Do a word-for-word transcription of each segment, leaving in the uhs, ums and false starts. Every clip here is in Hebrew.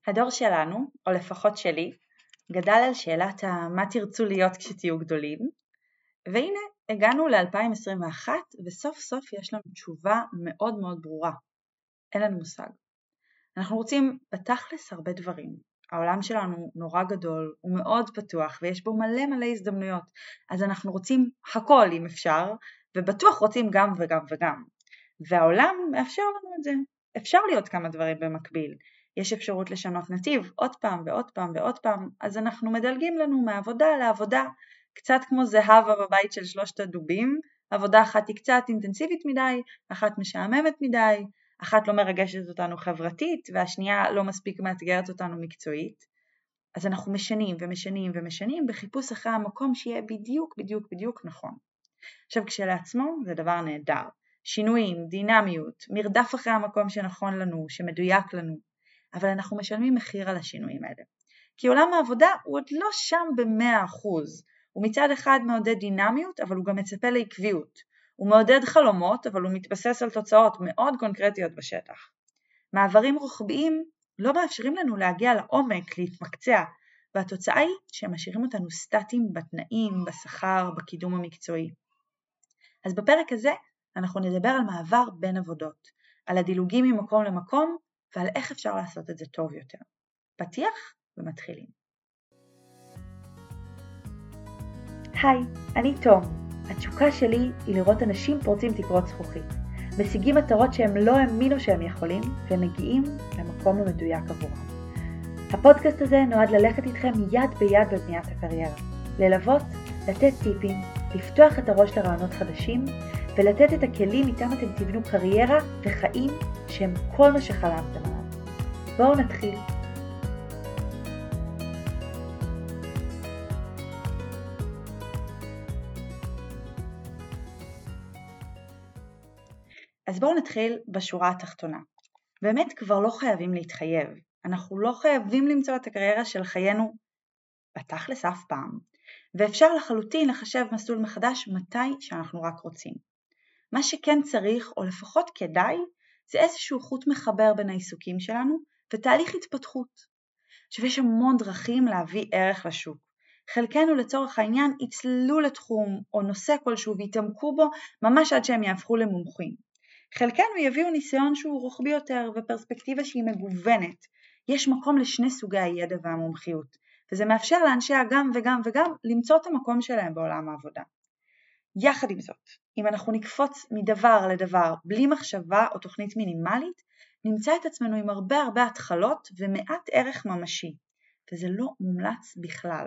הדור שלנו, או לפחות שלי, גדל על שאלת מה תרצו להיות כשתהיו גדולים, והנה הגענו ל-אלפיים עשרים ואחת וסוף סוף יש לנו תשובה מאוד מאוד ברורה. אין לנו מושג. אנחנו רוצים בתכלס הרבה דברים. העולם שלנו נורא גדול, הוא מאוד פתוח ויש בו מלא מלא הזדמנויות, אז אנחנו רוצים הכל אם אפשר, ובטוח רוצים גם וגם וגם. והעולם מאפשר לנו את זה. אפשר להיות כמה דברים במקביל. יש אפשרות לשנות נתיב עוד פעם ועוד פעם ועוד פעם, אז אנחנו מדלגים לנו מעבודה לעבודה, קצת כמו זהבה בבית של שלושת הדובים, עבודה אחת היא קצת אינטנסיבית מדי, אחת משעממת מדי, אחת לא מרגשת אותנו חברתית, והשנייה לא מספיק מאתגרת אותנו מקצועית. אז אנחנו משנים ומשנים ומשנים בחיפוש אחרי המקום שיהיה בדיוק בדיוק בדיוק נכון. עכשיו כשלעצמו זה דבר נהדר. שינויים, דינמיות, מרדף אחרי המקום שנכון לנו, שמדויק לנו, אבל אנחנו משלמים מחיר על השינויים האלה. כי עולם העבודה הוא עוד לא שם ב-מאה אחוז. הוא מצד אחד מעודד דינמיות, אבל הוא גם מצפה לעקביות. הוא מעודד חלומות, אבל הוא מתבסס על תוצאות מאוד קונקרטיות בשטח. מעברים רוחביים לא מאפשרים לנו להגיע לעומק, להתמקצע, והתוצאה היא שהם משאירים אותנו סטטיים בתנאים, בשכר, בקידום המקצועי. אז בפרק הזה אנחנו נדבר על מעבר בין עבודות, על הדילוגים ממקום למקום, ועל איך אפשר לעשות את זה טוב יותר. פתיח ומתחילים. היי, אני תום. התשוקה שלי היא לראות אנשים פורצים תקרות זכוכית, משיגים מטרות שהם לא האמינו שהם יכולים, ומגיעים למקום המדויק עבורם. הפודקאסט הזה נועד ללכת איתכם יד ביד בבניית הקריירה, ללוות, לתת טיפים, לפתוח את הראש לרעיונות חדשים, ולתת את הכלים איתם אתם תבנו קריירה וחיים שהם כל מה שחלמתם עליו. בואו נתחיל. אז בואו נתחיל בשורה התחתונה. באמת כבר לא חייבים להתחייב. אנחנו לא חייבים למצוא את הקריירה של חיינו בתכלס אף פעם. ואפשר לחלוטין לחשב מסלול מחדש מתי שאנחנו רק רוצים. מה שכן צריך, או לפחות כדאי, זה איזשהו חוט מחבר בין העיסוקים שלנו ותהליך התפתחות. עכשיו יש המון דרכים להביא ערך לשוק. חלקנו לצורך העניין יצללו לתחום או נושא כלשהו ויתעמקו בו ממש עד שהם יהפכו למומחים. חלקנו יביאו ניסיון שהוא רוחבי יותר ופרספקטיבה שהיא מגוונת. יש מקום לשני סוגי הידע והמומחיות, וזה מאפשר לאנשי הגם וגם וגם למצוא את המקום שלהם בעולם העבודה. יחד עם זאת, אם אנחנו נקפוץ מדבר לדבר בלי מחשבה או תוכנית מינימלית, נמצא את עצמנו עם הרבה הרבה התחלות ומעט ערך ממשי, וזה לא מומלץ בכלל.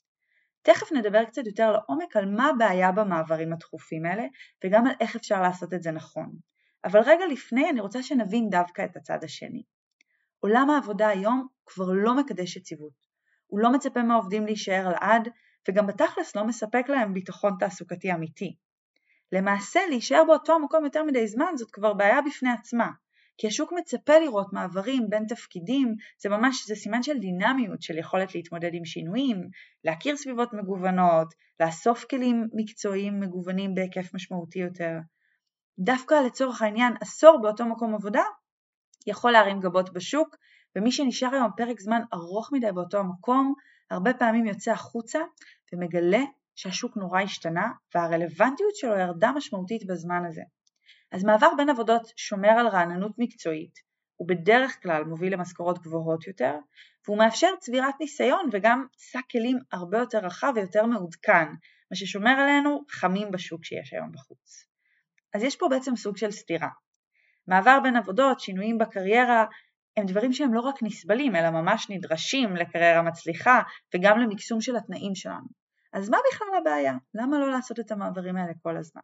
תכף נדבר קצת יותר לעומק על מה הבעיה במעברים התכופים האלה, וגם על איך אפשר לעשות את זה נכון. אבל רגע לפני אני רוצה שנבין דווקא את הצד השני. עולם העבודה היום כבר לא מקדש יציבות. הוא לא מצפה מהעובדים להישאר לעד, וגם בתכלס לא מספק להם ביטחון תעסוקתי אמיתי. למעשה להישאר באותו המקום יותר מדי זמן זאת כבר בעיה בפני עצמה, כי השוק מצפה לראות מעברים בין תפקידים, זה ממש זה סימן של דינמיות, של יכולת להתמודד עם שינויים, להכיר סביבות מגוונות, לאסוף כלים מקצועיים מגוונים בהיקף משמעותי יותר. דווקא לצורך העניין עשור באותו מקום עבודה יכול להרים גבות בשוק, ומי שנשאר היום פרק זמן ארוך מדי באותו המקום, הרבה פעמים יוצא החוצה ומגלה שהשוק נורא השתנה והרלוונטיות שלו ירדה משמעותית בזמן הזה. אז מעבר בין עבודות שומר על רעננות מקצועית, הוא בדרך כלל מוביל למשכורות גבוהות יותר, והוא מאפשר צבירת ניסיון וגם שק כלים הרבה יותר רחב ויותר מעודכן, מה ששומר עלינו חמים בשוק שיש היום בחוץ. אז יש פה בעצם סוג של סתירה. מעבר בין עבודות, שינויים בקריירה, הם דברים שהם לא רק נסבלים, אלא ממש נדרשים לקריירה מצליחה וגם למקסום של התנאים שלנו. אז מה בכלל הבעיה? למה לא לעשות את המעברים האלה כל הזמן?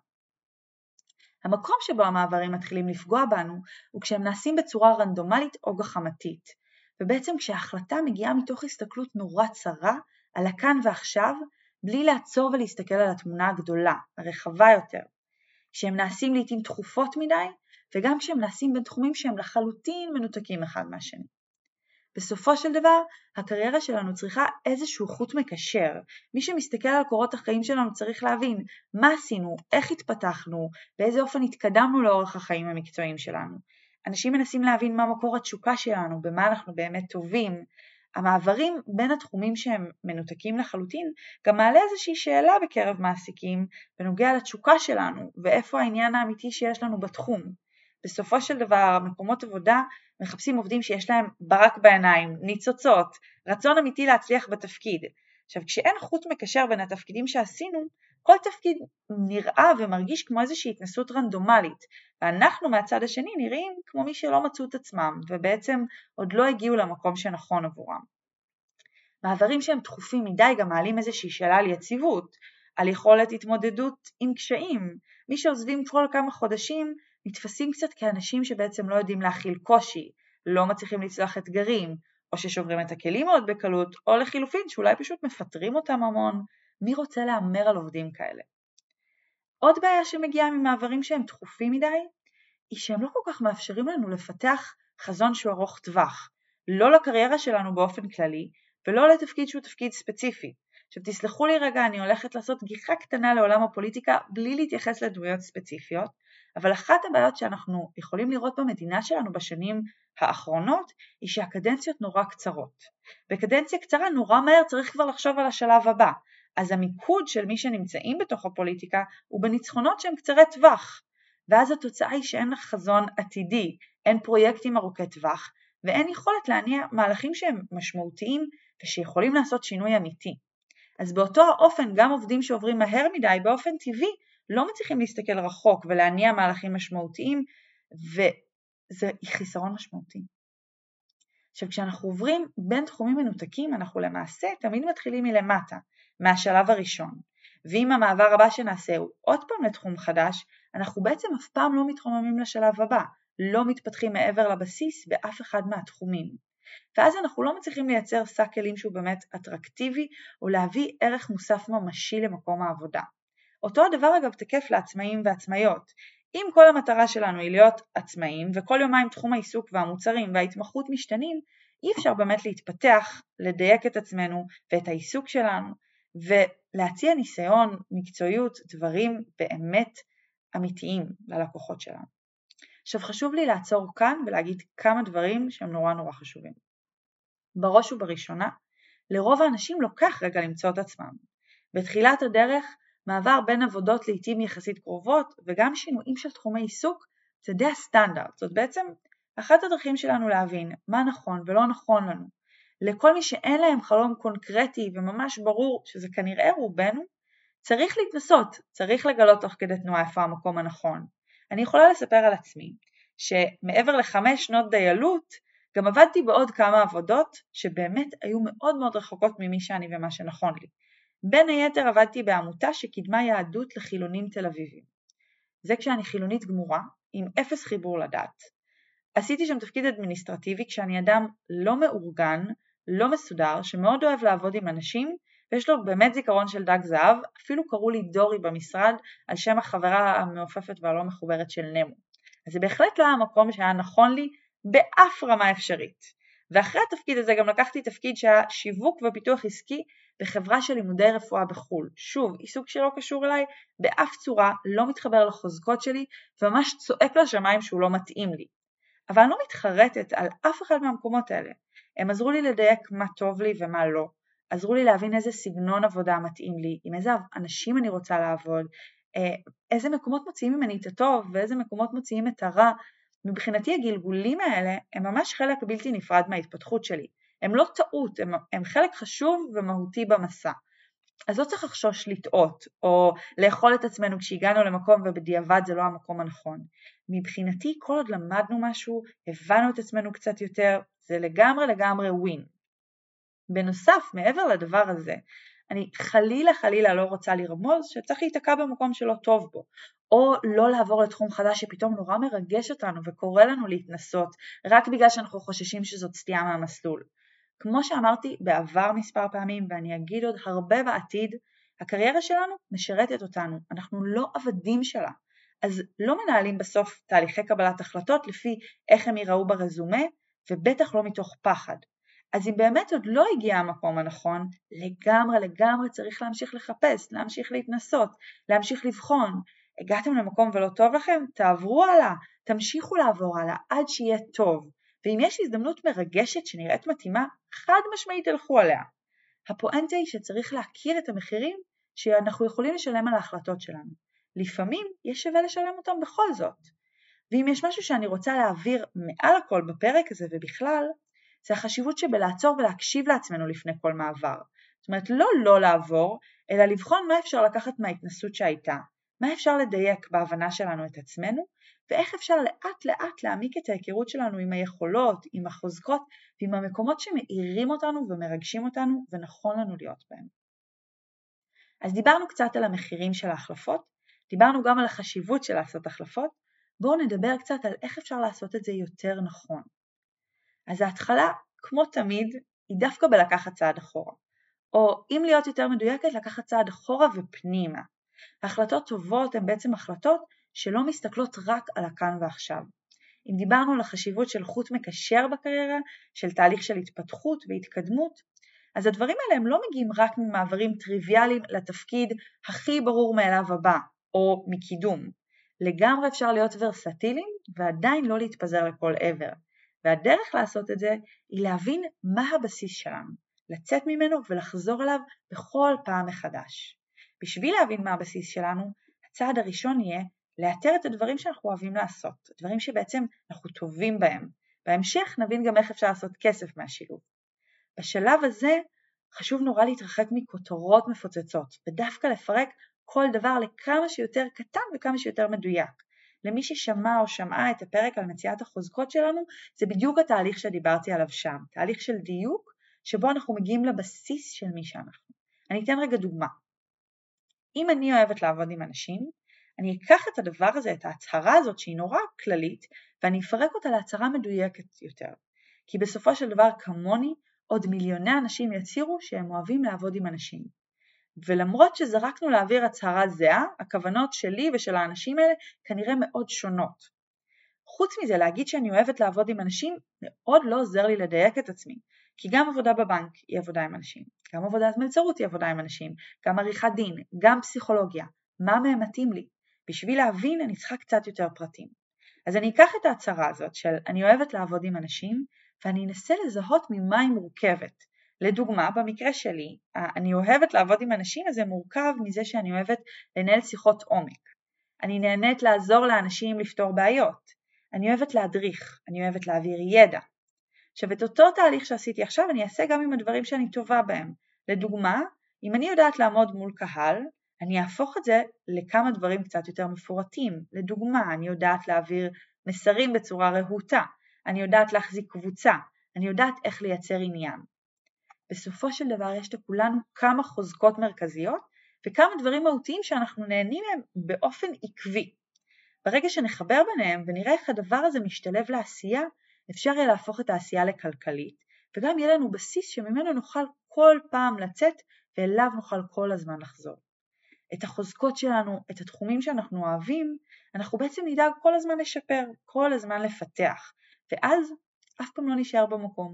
המקום שבו המעברים מתחילים לפגוע בנו הוא כשהם נעשים בצורה רנדומלית או גחמתית, ובעצם כשההחלטה מגיעה מתוך הסתכלות נורא צרה על הכאן ועכשיו, בלי לעצור ולהסתכל על התמונה הגדולה, הרחבה יותר. שהם נעשים לעתים תכופות מדי, וגם כשהם נעשים בין תחומים שהם לחלוטין מנותקים אחד מהשני. בסופו של דבר, הקריירה שלנו צריכה איזשהו חוט מקשר. מי שמסתכל על קורות החיים שלנו צריך להבין מה עשינו, איך התפתחנו, באיזה אופן התקדמנו לאורך החיים המקצועיים שלנו. אנשים מנסים להבין מה מקור התשוקה שלנו, במה אנחנו באמת טובים. המעברים בין התחומים שהם מנותקים לחלוטין גם מעלה איזושהי שאלה בקרב מעסיקים בנוגע לתשוקה שלנו ואיפה העניין האמיתי שיש לנו בתחום. בסופו של דבר מקומות עבודה מחפשים עובדים שיש להם ברק בעיניים, ניצוצות, רצון אמיתי להצליח בתפקיד. עכשיו כשאין חוט מקשר בין התפקידים שעשינו, כל תפקיד נראה ומרגיש כמו איזושהי התנסות רנדומלית, ואנחנו מהצד השני נראים כמו מי שלא מצאו את עצמם ובעצם עוד לא הגיעו למקום שנכון עבורם. מעברים שהם דחופים מדי גם מעלים איזושהי שאלה על יציבות, על יכולת התמודדות עם קשיים. מי שעוזבים כל כמה חודשים נתפסים קצת כאנשים שבעצם לא יודעים להכיל קושי, לא מצליחים לצלוח אתגרים, או ששוברים את הכלים מאוד בקלות, או לחילופין שאולי פשוט מפטרים אותם המון. מי רוצה לאמר על עובדים כאלה? עוד בעיה שמגיעה ממעברים שהם דחופים מדי, היא שהם לא כל כך מאפשרים לנו לפתח חזון שהוא ארוך טווח, לא לקריירה שלנו באופן כללי, ולא לתפקיד שהוא תפקיד ספציפי. עכשיו תסלחו לי רגע, אני הולכת לעשות גיחה קטנה לעולם הפוליטיקה, בלי להתייחס לדמויות ספציפיות, אבל אחת הבעיות שאנחנו יכולים לראות במדינה שלנו בשנים האחרונות, היא שהקדנציות נורא קצרות. בקדנציה קצרה נורא מהר צריך כבר לחשוב על השלב הבא, אז המיקוד של מי שנמצאים בתוך הפוליטיקה הוא בניצחונות שהם קצרי טווח, ואז התוצאה היא שאין לך חזון עתידי, אין פרויקטים ארוכי טווח, ואין יכולת להניע מהלכים שהם משמעותיים ושיכולים לעשות שינוי אמיתי. אז באותו האופן גם עובדים שעוברים מהר מדי באופן טבעי לא מצליחים להסתכל רחוק ולהניע מהלכים משמעותיים, וזה חיסרון משמעותי. עכשיו כשאנחנו עוברים בין תחומים מנותקים אנחנו למעשה תמיד מתחילים מלמטה, מהשלב הראשון, ואם המעבר הבא שנעשה הוא עוד פעם לתחום חדש, אנחנו בעצם אף פעם לא מתחוממים לשלב הבא, לא מתפתחים מעבר לבסיס באף אחד מהתחומים. ואז אנחנו לא מצליחים לייצר שק כלים שהוא באמת אטרקטיבי, או להביא ערך מוסף ממשי למקום העבודה. אותו הדבר אגב תקף לעצמאים ועצמאיות. אם כל המטרה שלנו היא להיות עצמאים, וכל יומיים תחום העיסוק והמוצרים וההתמחות משתנים, אי אפשר באמת להתפתח, לדייק את עצמנו ואת העיסוק שלנו, ולהציע ניסיון, מקצועיות, דברים באמת אמיתיים ללקוחות שלנו. עכשיו חשוב לי לעצור כאן ולהגיד כמה דברים שהם נורא נורא חשובים. בראש ובראשונה, לרוב האנשים לוקח רגע למצוא את עצמם. בתחילת הדרך, מעבר בין עבודות לעתים יחסית קרובות, וגם שינויים של תחומי עיסוק, זה די הסטנדרט. זאת בעצם אחת הדרכים שלנו להבין מה נכון ולא נכון לנו. לכל מי שאין להם חלום קונקרטי וממש ברור שזה כנראה רובנו, צריך להתנסות, צריך לגלות תוך כדי תנועה איפה המקום הנכון. אני יכולה לספר על עצמי, שמעבר לחמש שנות דיילות, גם עבדתי בעוד כמה עבודות שבאמת היו מאוד מאוד רחוקות ממי שאני ומה שנכון לי. בין היתר עבדתי בעמותה שקידמה יהדות לחילונים תל אביבים. זה כשאני חילונית גמורה, עם אפס חיבור לדת. עשיתי שם תפקיד אדמיניסטרטיבי כשאני אדם לא מאורגן, לא מסודר, שמאוד אוהב לעבוד עם אנשים, ויש לו באמת זיכרון של דג זהב, אפילו קראו לי דורי במשרד, על שם החברה המעופפת והלא מחוברת של נמו. אז זה בהחלט לא היה המקום שהיה נכון לי, באף רמה אפשרית. ואחרי התפקיד הזה גם לקחתי תפקיד שהיה שיווק ופיתוח עסקי, בחברה של לימודי רפואה בחול. שוב, עיסוק שלא קשור אליי, באף צורה, לא מתחבר לחוזקות שלי, וממש צועק לשמיים שהוא לא מתאים לי. אבל אני לא מתחרטת על אף אחד מהמקומות האלה. הם עזרו לי לדייק מה טוב לי ומה לא. עזרו לי להבין איזה סגנון עבודה מתאים לי, עם איזה אנשים אני רוצה לעבוד, איזה מקומות מוציאים ממני את הטוב, ואיזה מקומות מוציאים את הרע. מבחינתי הגלגולים האלה הם ממש חלק בלתי נפרד מההתפתחות שלי. הם לא טעות, הם, הם חלק חשוב ומהותי במסע. אז לא צריך לחשוש לטעות, או לאכול את עצמנו כשהגענו למקום ובדיעבד זה לא המקום הנכון. מבחינתי כל עוד למדנו משהו, הבנו את עצמנו קצת יותר, זה לגמרי לגמרי ווין. בנוסף, מעבר לדבר הזה, אני חלילה חלילה לא רוצה לרמוז שצריך להתעקע במקום שלא טוב בו, או לא לעבור לתחום חדש שפתאום נורא מרגש אותנו וקורא לנו להתנסות, רק בגלל שאנחנו חוששים שזאת סטייה מהמסלול. כמו שאמרתי בעבר מספר פעמים, ואני אגיד עוד הרבה בעתיד, הקריירה שלנו משרתת אותנו, אנחנו לא עבדים שלה, אז לא מנהלים בסוף תהליכי קבלת החלטות לפי איך הם ייראו ברזומה, ובטח לא מתוך פחד. אז אם באמת עוד לא הגיע המקום הנכון, לגמרי לגמרי צריך להמשיך לחפש, להמשיך להתנסות, להמשיך לבחון, הגעתם למקום ולא טוב לכם? תעברו הלאה, תמשיכו לעבור הלאה עד שיהיה טוב. ואם יש הזדמנות מרגשת שנראית מתאימה, חד משמעית תלכו עליה. הפואנטה היא שצריך להכיר את המחירים שאנחנו יכולים לשלם על ההחלטות שלנו. לפעמים יש שווה לשלם אותם בכל זאת. ואם יש משהו שאני רוצה להעביר מעל הכל בפרק הזה ובכלל, זה החשיבות שבלעצור ולהקשיב לעצמנו לפני כל מעבר. זאת אומרת, לא לא לעבור, אלא לבחון מה אפשר לקחת מההתנסות שהייתה, מה אפשר לדייק בהבנה שלנו את עצמנו, ואיך אפשר לאט לאט להעמיק את ההיכרות שלנו עם היכולות, עם החוזקות, ועם המקומות שמאירים אותנו ומרגשים אותנו ונכון לנו להיות בהם. אז דיברנו קצת על המחירים של ההחלפות, דיברנו גם על החשיבות של לעשות החלפות, בואו נדבר קצת על איך אפשר לעשות את זה יותר נכון. אז ההתחלה, כמו תמיד, היא דווקא בלקחת צעד אחורה. או אם להיות יותר מדויקת, לקחת צעד אחורה ופנימה. החלטות טובות הן בעצם החלטות שלא מסתכלות רק על הכאן ועכשיו. אם דיברנו על החשיבות של חוט מקשר בקריירה, של תהליך של התפתחות והתקדמות, אז הדברים האלה הם לא מגיעים רק ממעברים טריוויאליים לתפקיד הכי ברור מאליו הבא, או מקידום. לגמרי אפשר להיות ורסטיליים ועדיין לא להתפזר לכל עבר. והדרך לעשות את זה היא להבין מה הבסיס שלנו, לצאת ממנו ולחזור אליו בכל פעם מחדש. בשביל להבין מה הבסיס שלנו, הצעד הראשון יהיה לאתר את הדברים שאנחנו אוהבים לעשות, הדברים שבעצם אנחנו טובים בהם. בהמשך נבין גם איך אפשר לעשות כסף מהשילוב. בשלב הזה חשוב נורא להתרחק מכותרות מפוצצות, ודווקא לפרק כל דבר לכמה שיותר קטן וכמה שיותר מדויק. למי ששמע או שמעה את הפרק על מציאת החוזקות שלנו, זה בדיוק התהליך שדיברתי עליו שם, תהליך של דיוק שבו אנחנו מגיעים לבסיס של מי שאנחנו. אני אתן רגע דוגמה. אם אני אוהבת לעבוד עם אנשים, אני אקח את הדבר הזה, את ההצהרה הזאת שהיא נורא כללית, ואני אפרק אותה להצהרה מדויקת יותר. כי בסופו של דבר כמוני, עוד מיליוני אנשים יצהירו שהם אוהבים לעבוד עם אנשים. ולמרות שזרקנו להעביר הצהרה זהה, הכוונות שלי ושל האנשים האלה כנראה מאוד שונות. חוץ מזה, להגיד שאני אוהבת לעבוד עם אנשים, מאוד לא עוזר לי לדייק את עצמי. כי גם עבודה בבנק היא עבודה עם אנשים, גם עבודת מלצרות היא עבודה עם אנשים, גם עריכת דין, גם פסיכולוגיה. מה מהם מתאים לי? בשביל להבין אני צריכה קצת יותר פרטים. אז אני אקח את ההצהרה הזאת של אני אוהבת לעבוד עם אנשים, ואני אנסה לזהות ממה היא מורכבת. לדוגמה, במקרה שלי, אני אוהבת לעבוד עם אנשים, אז זה מורכב מזה שאני אוהבת לנהל שיחות עומק. אני נהנית לעזור לאנשים לפתור בעיות. אני אוהבת להדריך, אני אוהבת להעביר ידע. עכשיו, את אותו תהליך שעשיתי עכשיו, אני אעשה גם עם הדברים שאני טובה בהם. לדוגמה, אם אני יודעת לעמוד מול קהל, אני אהפוך את זה לכמה דברים קצת יותר מפורטים. לדוגמה, אני יודעת להעביר מסרים בצורה רהוטה, אני יודעת להחזיק קבוצה, אני יודעת איך לייצר עניין. בסופו של דבר יש לכולנו כמה חוזקות מרכזיות, וכמה דברים מהותיים שאנחנו נהנים מהם באופן עקבי. ברגע שנחבר ביניהם ונראה איך הדבר הזה משתלב לעשייה, אפשר יהיה להפוך את העשייה לכלכלית, וגם יהיה לנו בסיס שממנו נוכל כל פעם לצאת, ואליו נוכל כל הזמן לחזור. את החוזקות שלנו, את התחומים שאנחנו אוהבים, אנחנו בעצם נדאג כל הזמן לשפר, כל הזמן לפתח, ואז אף פעם לא נשאר במקום.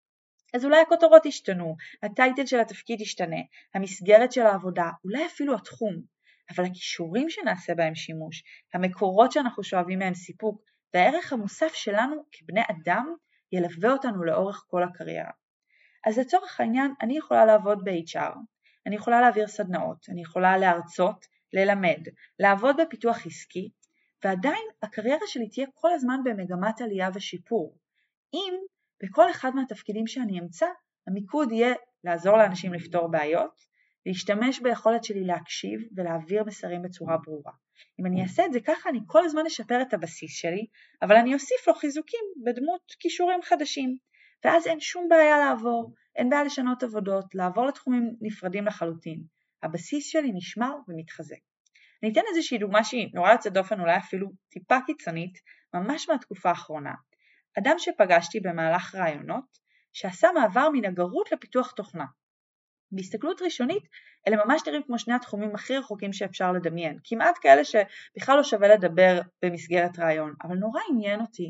אז אולי הכותרות ישתנו, הטייטל של התפקיד ישתנה, המסגרת של העבודה, אולי אפילו התחום, אבל הכישורים שנעשה בהם שימוש, המקורות שאנחנו שואבים מהם סיפוק, והערך המוסף שלנו כבני אדם ילווה אותנו לאורך כל הקריירה. אז לצורך העניין, אני יכולה לעבוד ב-אייץ' אר, אני יכולה להעביר סדנאות, אני יכולה להרצות, ללמד, לעבוד בפיתוח עסקי, ועדיין הקריירה שלי תהיה כל הזמן במגמת עלייה ושיפור. אם בכל אחד מהתפקידים שאני אמצא, המיקוד יהיה לעזור לאנשים לפתור בעיות, להשתמש ביכולת שלי להקשיב ולהעביר מסרים בצורה ברורה. אם אני אעשה את זה ככה, אני כל הזמן אשפר את הבסיס שלי, אבל אני אוסיף לו חיזוקים בדמות כישורים חדשים. ואז אין שום בעיה לעבור, אין בעיה לשנות עבודות, לעבור לתחומים נפרדים לחלוטין. הבסיס שלי נשמר ומתחזק. אני אתן איזושהי דוגמה שהיא נורא יוצאת דופן, אולי אפילו טיפה קיצונית, ממש מהתקופה האחרונה. אדם שפגשתי במהלך רעיונות, שעשה מעבר מנגרות לפיתוח תוכנה. בהסתכלות ראשונית, אלה ממש נראים כמו שני התחומים הכי רחוקים שאפשר לדמיין, כמעט כאלה שבכלל לא שווה לדבר במסגרת רעיון, אבל נורא עניין אותי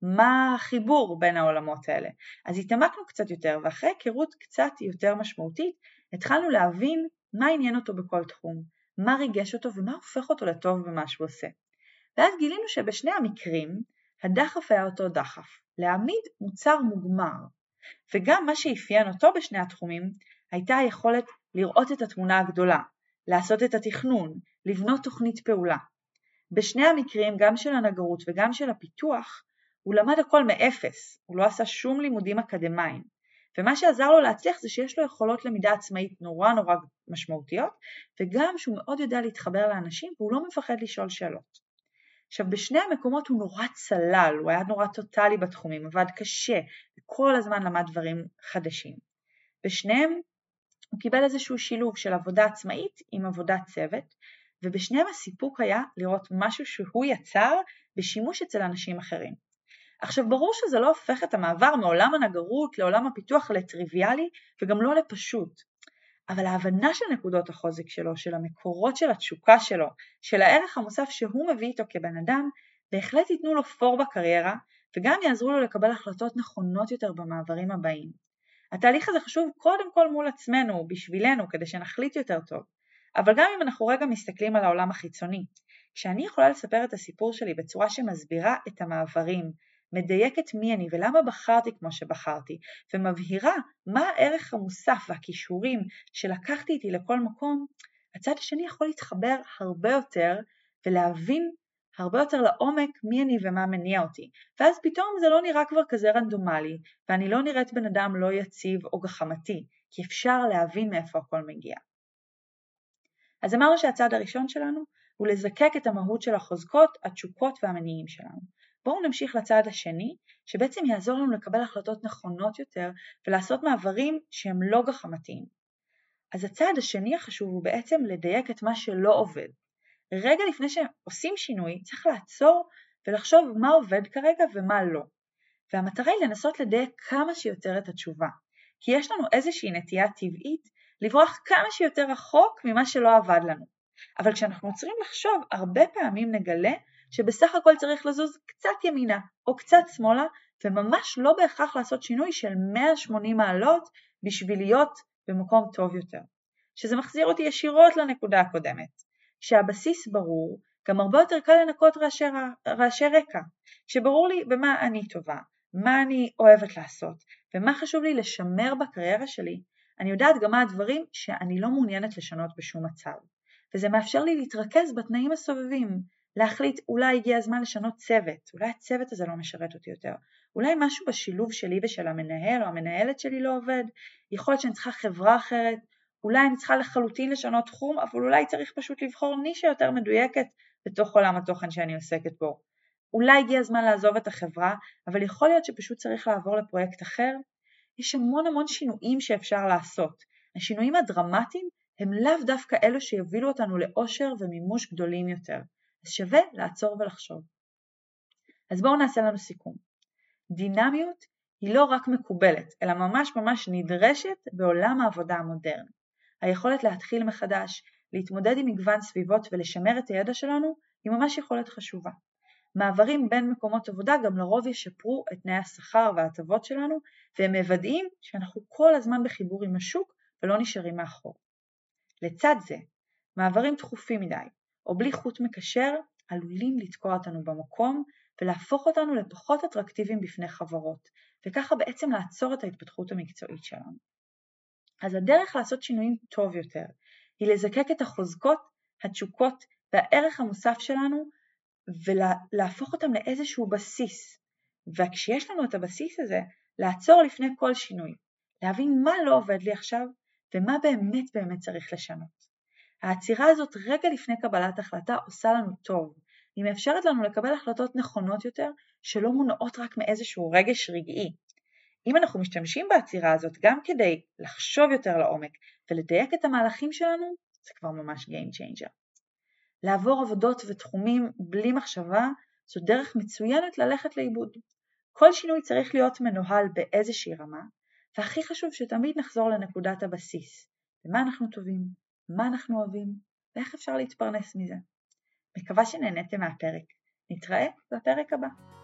מה החיבור בין העולמות האלה. אז התעמקנו קצת יותר, ואחרי היכרות קצת יותר משמעותית, התחלנו להבין מה עניין אותו בכל תחום, מה ריגש אותו ומה הופך אותו לטוב במה שהוא עושה. ואז גילינו שבשני המקרים הדחף היה אותו דחף, להעמיד מוצר מוגמר, וגם מה שאפיין אותו בשני התחומים הייתה היכולת לראות את התמונה הגדולה, לעשות את התכנון, לבנות תוכנית פעולה. בשני המקרים, גם של הנגרות וגם של הפיתוח, הוא למד הכל מאפס, הוא לא עשה שום לימודים אקדמיים, ומה שעזר לו להצליח זה שיש לו יכולות למידה עצמאית נורא נורא משמעותיות, וגם שהוא מאוד יודע להתחבר לאנשים והוא לא מפחד לשאול שאלות. עכשיו בשני המקומות הוא נורא צלל, הוא היה נורא טוטלי בתחומים, עבד קשה, וכל הזמן למד דברים חדשים. בשניהם הוא קיבל איזשהו שילוב של עבודה עצמאית עם עבודת צוות, ובשניהם הסיפוק היה לראות משהו שהוא יצר בשימוש אצל אנשים אחרים. עכשיו ברור שזה לא הופך את המעבר מעולם הנגרות לעולם הפיתוח לטריוויאלי וגם לא לפשוט, אבל ההבנה של נקודות החוזק שלו, של המקורות של התשוקה שלו, של הערך המוסף שהוא מביא איתו כבן אדם, בהחלט ייתנו לו פור בקריירה וגם יעזרו לו לקבל החלטות נכונות יותר במעברים הבאים. התהליך הזה חשוב קודם כל מול עצמנו, בשבילנו, כדי שנחליט יותר טוב. אבל גם אם אנחנו רגע מסתכלים על העולם החיצוני, כשאני יכולה לספר את הסיפור שלי בצורה שמסבירה את המעברים, מדייקת מי אני ולמה בחרתי כמו שבחרתי, ומבהירה מה הערך המוסף והכישורים שלקחתי איתי לכל מקום, הצד השני יכול להתחבר הרבה יותר ולהבין הרבה יותר לעומק מי אני ומה מניע אותי. ואז פתאום זה לא נראה כבר כזה רנדומלי, ואני לא נראית בן אדם לא יציב או גחמתי, כי אפשר להבין מאיפה הכל מגיע. אז אמרנו שהצד הראשון שלנו הוא לזקק את המהות של החוזקות, התשוקות והמניעים שלנו. בואו נמשיך לצד השני, שבעצם יעזור לנו לקבל החלטות נכונות יותר, ולעשות מעברים שהם לא גחמתיים. אז הצד השני החשוב הוא בעצם לדייק את מה שלא עובד. רגע לפני שעושים שינוי, צריך לעצור ולחשוב מה עובד כרגע ומה לא. והמטרה היא לנסות לדייק כמה שיותר את התשובה. כי יש לנו איזושהי נטייה טבעית לברוח כמה שיותר רחוק ממה שלא עבד לנו. אבל כשאנחנו עוצרים לחשוב, הרבה פעמים נגלה שבסך הכל צריך לזוז קצת ימינה או קצת שמאלה, וממש לא בהכרח לעשות שינוי של מאה ושמונים מעלות בשביל להיות במקום טוב יותר. שזה מחזיר אותי ישירות לנקודה הקודמת. שהבסיס ברור, גם הרבה יותר קל לנקות רעשי, רעשי רקע. שברור לי במה אני טובה, מה אני אוהבת לעשות, ומה חשוב לי לשמר בקריירה שלי, אני יודעת גם מה הדברים שאני לא מעוניינת לשנות בשום מצב. וזה מאפשר לי להתרכז בתנאים הסובבים, להחליט אולי הגיע הזמן לשנות צוות, אולי הצוות הזה לא משרת אותי יותר, אולי משהו בשילוב שלי ושל המנהל או המנהלת שלי לא עובד, יכול להיות שאני צריכה חברה אחרת, אולי אני צריכה לחלוטין לשנות תחום, אבל אולי צריך פשוט לבחור נישה יותר מדויקת בתוך עולם התוכן שאני עוסקת בו. אולי הגיע הזמן לעזוב את החברה, אבל יכול להיות שפשוט צריך לעבור לפרויקט אחר. יש המון המון שינויים שאפשר לעשות. השינויים הדרמטיים הם לאו דווקא אלו שיובילו אותנו לאושר ומימוש גדולים יותר. אז שווה לעצור ולחשוב. אז בואו נעשה לנו סיכום. דינמיות היא לא רק מקובלת, אלא ממש ממש נדרשת בעולם העבודה המודרני. היכולת להתחיל מחדש, להתמודד עם מגוון סביבות ולשמר את הידע שלנו, היא ממש יכולת חשובה. מעברים בין מקומות עבודה גם לרוב ישפרו את תנאי השכר וההטבות שלנו, והם מוודאים שאנחנו כל הזמן בחיבור עם השוק ולא נשארים מאחור. לצד זה, מעברים תכופים מדי, או בלי חוט מקשר, עלולים לתקוע אותנו במקום, ולהפוך אותנו לפחות אטרקטיביים בפני חברות, וככה בעצם לעצור את ההתפתחות המקצועית שלנו. אז הדרך לעשות שינויים טוב יותר, היא לזקק את החוזקות, התשוקות והערך המוסף שלנו, ולהפוך אותם לאיזשהו בסיס. וכשיש לנו את הבסיס הזה, לעצור לפני כל שינוי, להבין מה לא עובד לי עכשיו, ומה באמת באמת צריך לשנות. העצירה הזאת רגע לפני קבלת החלטה עושה לנו טוב, היא מאפשרת לנו לקבל החלטות נכונות יותר, שלא מונעות רק מאיזשהו רגש רגעי. אם אנחנו משתמשים בעצירה הזאת גם כדי לחשוב יותר לעומק, ולדייק את המהלכים שלנו, זה כבר ממש game changer. לעבור עבודות ותחומים בלי מחשבה, זו דרך מצוינת ללכת לאיבוד. כל שינוי צריך להיות מנוהל באיזושהי רמה, והכי חשוב שתמיד נחזור לנקודת הבסיס. במה אנחנו טובים, מה אנחנו אוהבים, ואיך אפשר להתפרנס מזה. מקווה שנהניתם מהפרק. נתראה בפרק הבא.